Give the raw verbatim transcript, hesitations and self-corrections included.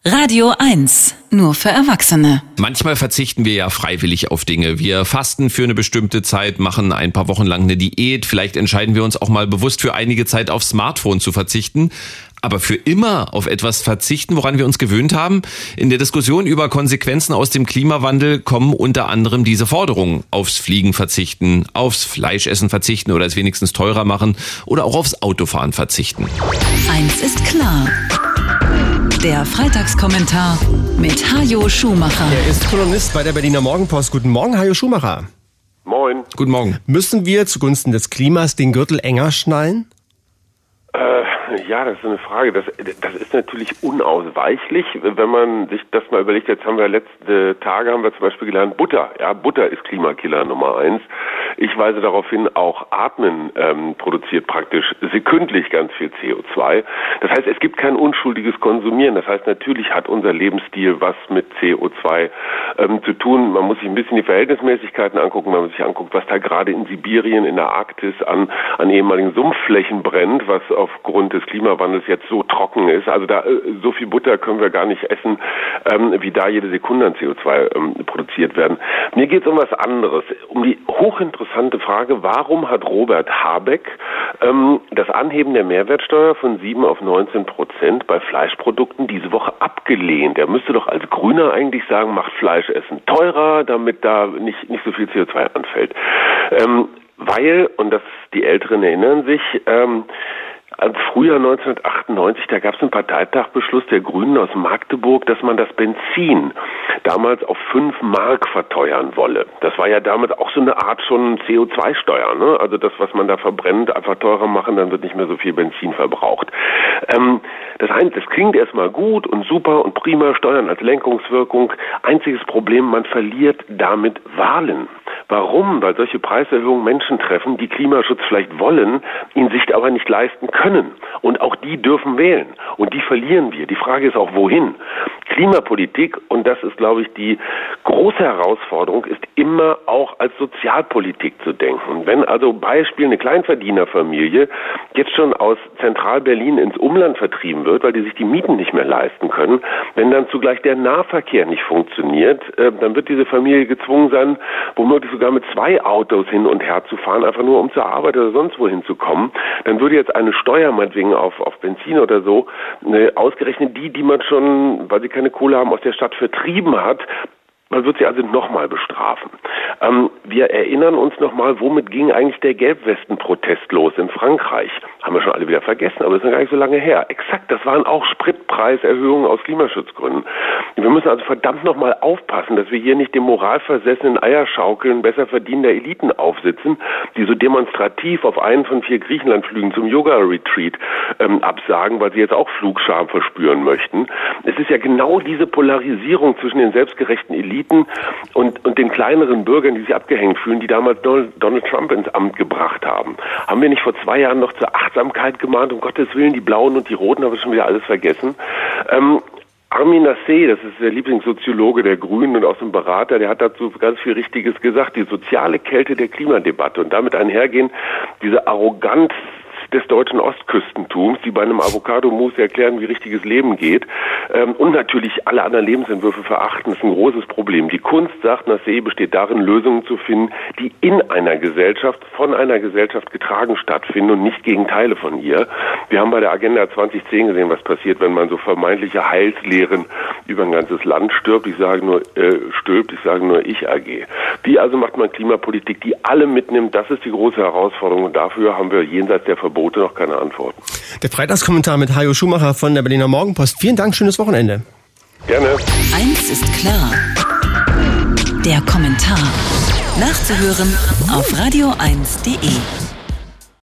Radio eins, nur für Erwachsene. Manchmal verzichten wir ja freiwillig auf Dinge. Wir fasten für eine bestimmte Zeit, machen ein paar Wochen lang eine Diät. Vielleicht entscheiden wir uns auch mal bewusst für einige Zeit aufs Smartphone zu verzichten. Aber für immer auf etwas verzichten, woran wir uns gewöhnt haben? In der Diskussion über Konsequenzen aus dem Klimawandel kommen unter anderem diese Forderungen. Aufs Fliegen verzichten, aufs Fleischessen verzichten oder es wenigstens teurer machen oder auch aufs Autofahren verzichten. Eins ist klar. Der Freitagskommentar mit Hajo Schumacher. Er ist Kolumnist bei der Berliner Morgenpost. Guten Morgen, Hajo Schumacher. Moin. Guten Morgen. Müssen wir zugunsten des Klimas den Gürtel enger schnallen? Äh, ja, das ist eine Frage. Das, das ist natürlich unausweichlich, wenn man sich das mal überlegt. Jetzt haben wir letzte Tage haben wir zum Beispiel gelernt, Butter. Ja, Butter ist Klimakiller Nummer eins. Ich weise darauf hin, auch Atmen ähm, produziert praktisch sekündlich ganz viel C O zwei. Das heißt, es gibt kein unschuldiges Konsumieren. Das heißt, natürlich hat unser Lebensstil was mit C O zwei ähm, zu tun. Man muss sich ein bisschen die Verhältnismäßigkeiten angucken, wenn man sich anguckt, was da gerade in Sibirien, in der Arktis an, an ehemaligen Sumpfflächen brennt, was aufgrund des Klimawandels jetzt so trocken ist. Also da äh, so viel Butter können wir gar nicht essen, ähm, wie da jede Sekunde an C O zwei ähm, produziert werden. Mir geht es um was anderes, um die hochinteressante Frage, warum hat Robert Habeck ähm, das Anheben der Mehrwertsteuer von sieben auf neunzehn Prozent bei Fleischprodukten diese Woche abgelehnt? Er müsste doch als Grüner eigentlich sagen, macht Fleischessen teurer, damit da nicht, nicht so viel C O zwei anfällt. Ähm, weil, und das die Älteren erinnern sich, ähm, als Frühjahr neunzehnhundertachtundneunzig, da gab es einen Parteitagsbeschluss der Grünen aus Magdeburg, dass man das Benzin damals auf fünf Mark verteuern wolle. Das war ja damit auch so eine Art schon C O zwei Steuer, ne? Also das, was man da verbrennt, einfach teurer machen, dann wird nicht mehr so viel Benzin verbraucht. Ähm, das heißt, das klingt erstmal gut und super und prima, Steuern als Lenkungswirkung. Einziges Problem, man verliert damit Wahlen. Warum? Weil solche Preiserhöhungen Menschen treffen, die Klimaschutz vielleicht wollen, ihn sich aber nicht leisten können. Und auch die dürfen wählen. Und die verlieren wir. Die Frage ist auch, wohin? Klimapolitik, und das ist, glaube ich, die große Herausforderung, ist immer auch als Sozialpolitik zu denken. Wenn also Beispiel eine Kleinverdienerfamilie jetzt schon aus Zentral-Berlin ins Umland vertrieben wird, weil die sich die Mieten nicht mehr leisten können, wenn dann zugleich der Nahverkehr nicht funktioniert, äh, dann wird diese Familie gezwungen sein, womöglich sogar mit zwei Autos hin und her zu fahren, einfach nur um zur Arbeit oder sonst wohin zu kommen. Dann würde jetzt eine Steuer meinetwegen auf, auf Benzin oder so, ne, ausgerechnet die, die man schon, weil sie keine Kohle haben, aus der Stadt vertrieben hat, man wird sie also nochmal bestrafen. Ähm, wir erinnern uns nochmal, womit ging eigentlich der Gelbwesten-Protest los in Frankreich? Haben wir schon alle wieder vergessen, aber das ist noch gar nicht so lange her. Exakt, das waren auch Spritpreiserhöhungen aus Klimaschutzgründen. Wir müssen also verdammt nochmal aufpassen, dass wir hier nicht dem moralversessenen Eierschaukeln besser verdienender Eliten aufsitzen, die so demonstrativ auf einen von vier Griechenlandflügen zum Yoga-Retreat ähm, absagen, weil sie jetzt auch Flugscham verspüren möchten. Es ist ja genau diese Polarisierung zwischen den selbstgerechten Eliten und, und den kleineren Bürgern, die sich abgehängt fühlen, die damals Donald Trump ins Amt gebracht haben. Haben wir nicht vor zwei Jahren noch zur Achtsamkeit gemahnt? Um Gottes Willen, die Blauen und die Roten haben wir schon wieder alles vergessen. Ähm, Armin Nassé, das ist der Lieblingssoziologe der Grünen und auch so ein Berater, der hat dazu ganz viel Richtiges gesagt. Die soziale Kälte der Klimadebatte und damit einhergehen diese Arroganz des deutschen Ostküstentums, die bei einem Avocado-Mousse erklären, wie richtiges Leben geht, ähm, und natürlich alle anderen Lebensentwürfe verachten, ist ein großes Problem. Die Kunst, sagt Nassé, besteht darin, Lösungen zu finden, die in einer Gesellschaft, von einer Gesellschaft getragen stattfinden und nicht Gegenteile von ihr. Wir haben bei der Agenda zwanzig zehn gesehen, was passiert, wenn man so vermeintliche Heilslehren über ein ganzes Land stirbt. Ich sage nur, äh, stülpt, ich sage nur ich A G. Wie also macht man Klimapolitik, die alle mitnimmt? Das ist die große Herausforderung und dafür haben wir jenseits der Verbote noch keine Antworten. Der Freitagskommentar mit Hajo Schumacher von der Berliner Morgenpost. Vielen Dank, schönes Wochenende. Gerne. Eins ist klar. Der Kommentar. Nachzuhören auf radio eins punkt de.